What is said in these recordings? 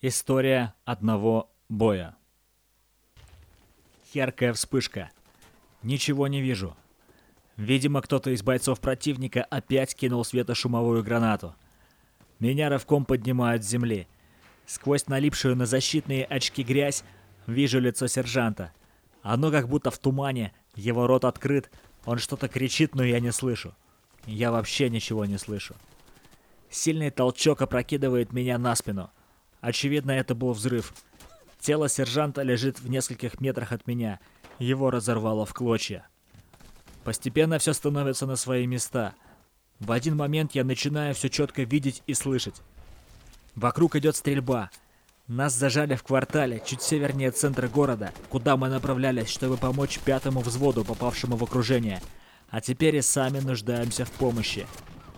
История одного боя. Яркая вспышка. Ничего не вижу. Видимо, кто-то из бойцов противника опять кинул светошумовую гранату. Меня рывком поднимают с земли. Сквозь налипшую на защитные очки грязь вижу лицо сержанта. Оно как будто в тумане, его рот открыт, он что-то кричит, но я не слышу. Я вообще ничего не слышу. Сильный толчок опрокидывает меня на спину. Очевидно, это был взрыв. Тело сержанта лежит в нескольких метрах от меня. Его разорвало в клочья. Постепенно все становится на свои места. В один момент я начинаю все четко видеть и слышать. Вокруг идет стрельба. Нас зажали в квартале, чуть севернее центра города, куда мы направлялись, чтобы помочь 5-му взводу, попавшему в окружение. А теперь и сами нуждаемся в помощи.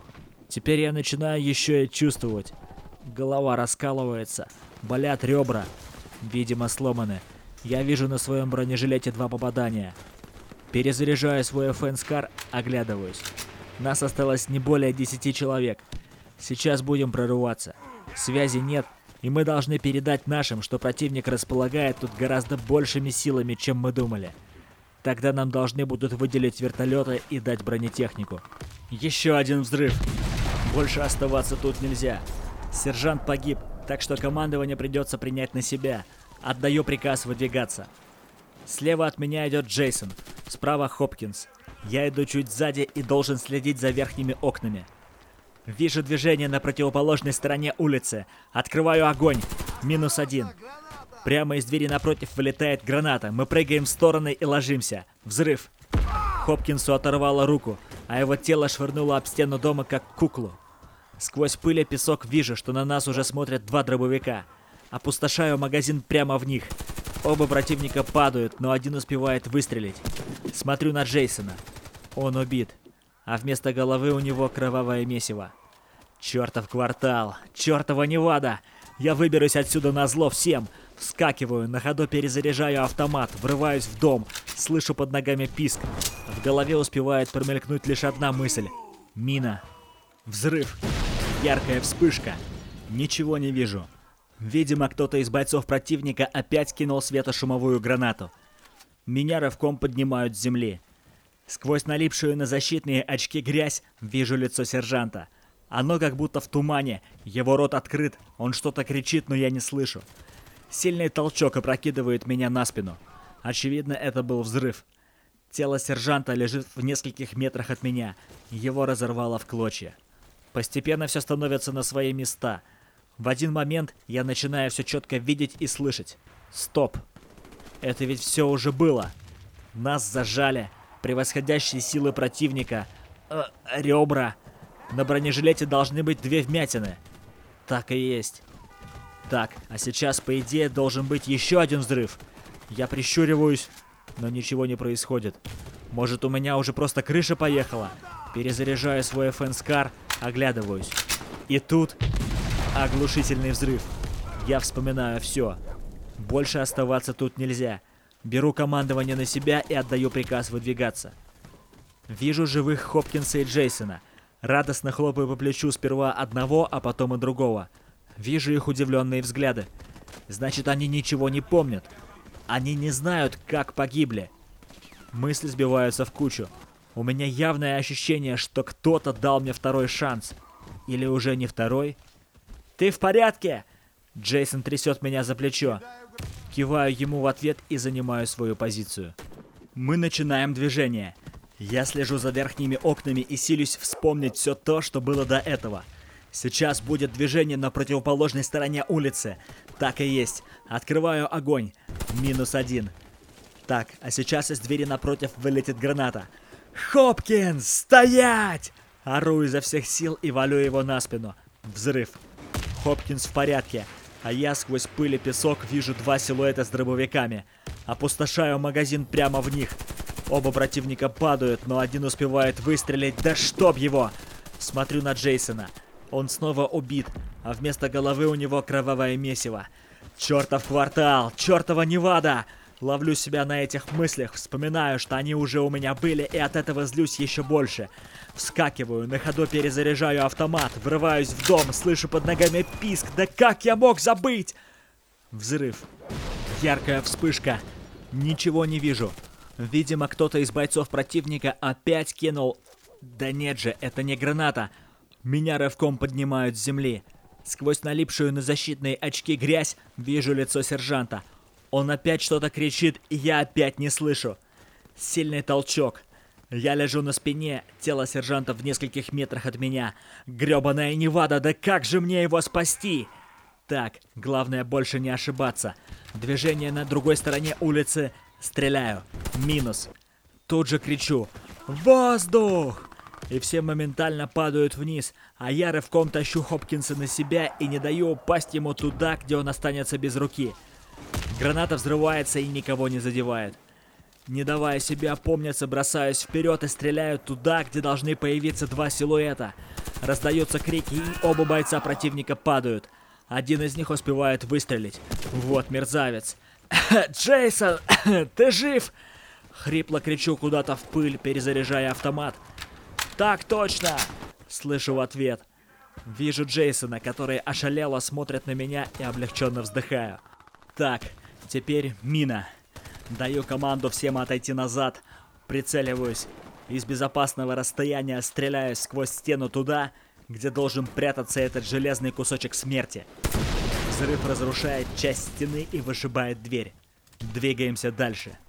Теперь я начинаю еще и чувствовать. Голова раскалывается, болят ребра, видимо сломаны. Я вижу на своем бронежилете 2 попадания. Перезаряжаю свой ФНСКАР, оглядываюсь. Нас осталось не более 10 человек. Сейчас будем прорываться. Связи нет, и мы должны передать нашим, что противник располагает тут гораздо большими силами, чем мы думали. Тогда нам должны будут выделить вертолеты и дать бронетехнику. Еще один взрыв. Больше оставаться тут нельзя. Сержант погиб, так что командование придется принять на себя. Отдаю приказ выдвигаться. Слева от меня идет Джейсон, справа Хопкинс. Я иду чуть сзади и должен следить за верхними окнами. Вижу движение на противоположной стороне улицы. Открываю огонь. -1. Прямо из двери напротив вылетает граната. Мы прыгаем в стороны и ложимся. Взрыв. Хопкинсу оторвало руку, а его тело швырнуло об стену дома как куклу. Сквозь пыль и песок вижу, что на нас уже смотрят 2 дробовика. Опустошаю магазин прямо в них. Оба противника падают, но один успевает выстрелить. Смотрю на Джейсона. Он убит, а вместо головы у него кровавое месиво. Чертов квартал, чертова Невада! Я выберусь отсюда назло всем. Вскакиваю, на ходу перезаряжаю автомат, врываюсь в дом, слышу под ногами писк. В голове успевает промелькнуть лишь одна мысль. Мина. Взрыв. Яркая вспышка. Ничего не вижу. Видимо, кто-то из бойцов противника опять кинул светошумовую гранату. Меня рывком поднимают с земли. Сквозь налипшую на защитные очки грязь вижу лицо сержанта. Оно как будто в тумане, его рот открыт, он что-то кричит, но я не слышу. Сильный толчок опрокидывает меня на спину. Очевидно, это был взрыв. Тело сержанта лежит в нескольких метрах от меня, его разорвало в клочья. Постепенно все становится на свои места. В один момент я начинаю все четко видеть и слышать. Стоп. Это ведь все уже было. Нас зажали. Превосходящие силы противника. Ребра. На бронежилете должны быть 2 вмятины. Так и есть. Так, а сейчас, по идее, должен быть еще один взрыв. Я прищуриваюсь, но ничего не происходит. Может, у меня уже просто крыша поехала? Перезаряжаю свой ФНСКАР, оглядываюсь. И тут оглушительный взрыв. Я вспоминаю все. Больше оставаться тут нельзя. Беру командование на себя и отдаю приказ выдвигаться. Вижу живых Хопкинса и Джейсона. Радостно хлопаю по плечу сперва одного, а потом и другого. Вижу их удивленные взгляды. Значит, они ничего не помнят. Они не знают, как погибли. Мысли сбиваются в кучу. У меня явное ощущение, что кто-то дал мне второй шанс. Или уже не второй? «Ты в порядке?» Джейсон трясет меня за плечо. Киваю ему в ответ и занимаю свою позицию. Мы начинаем движение. Я слежу за верхними окнами и силюсь вспомнить все то, что было до этого. Сейчас будет движение на противоположной стороне улицы. Так и есть. Открываю огонь. -1. Так, а сейчас из двери напротив вылетит граната. «Хопкинс, стоять!» Ору изо всех сил и валю его на спину. Взрыв. Хопкинс в порядке, а я сквозь пыль и песок вижу 2 силуэта с дробовиками. Опустошаю магазин прямо в них. Оба противника падают, но один успевает выстрелить. Да чтоб его! Смотрю на Джейсона. Он снова убит, а вместо головы у него кровавое месиво. Чертов квартал! Чертова Невада! Ловлю себя на этих мыслях, вспоминаю, что они уже у меня были, и от этого злюсь еще больше. Вскакиваю, на ходу перезаряжаю автомат, врываюсь в дом, слышу под ногами писк. Да как я мог забыть? Взрыв. Яркая вспышка. Ничего не вижу. Видимо, кто-то из бойцов противника опять кинул... Да нет же, это не граната. Меня рывком поднимают с земли. Сквозь налипшую на защитные очки грязь вижу лицо сержанта. Он опять что-то кричит, и я опять не слышу. Сильный толчок. Я лежу на спине, тело сержанта в нескольких метрах от меня. Грёбаная Невада, да как же мне его спасти? Так, главное больше не ошибаться. Движение на другой стороне улицы. Стреляю. Минус. Тут же кричу: «Воздух!» И все моментально падают вниз, а я рывком тащу Хопкинса на себя и не даю упасть ему туда, где он останется без руки. Граната взрывается и никого не задевает. Не давая себе опомниться, бросаюсь вперед и стреляю туда, где должны появиться два силуэта. Раздаются крики, и оба бойца противника падают. Один из них успевает выстрелить. Вот мерзавец. «Джейсон, ты жив?» Хрипло кричу куда-то в пыль, перезаряжая автомат. «Так точно!» Слышу в ответ. Вижу Джейсона, который ошалело смотрит на меня, и облегченно вздыхаю. Так, теперь мина. Даю команду всем отойти назад. Прицеливаюсь. Из безопасного расстояния стреляю сквозь стену туда, где должен прятаться этот железный кусочек смерти. Взрыв разрушает часть стены и вышибает дверь. Двигаемся дальше.